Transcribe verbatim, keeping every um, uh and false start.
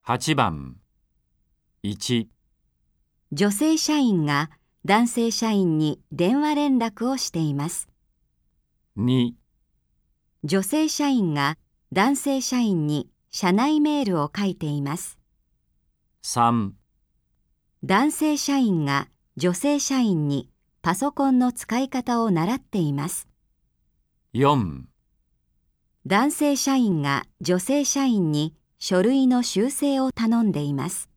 はちばんいち、 女性社員が男性社員に電話連絡をしています。 に、 女性社員が男性社員に社内メールを書いています。 さん、 男性社員が女性社員にパソコンの使い方を習っています。 よん、 男性社員が女性社員に書類の修正を頼んでいます。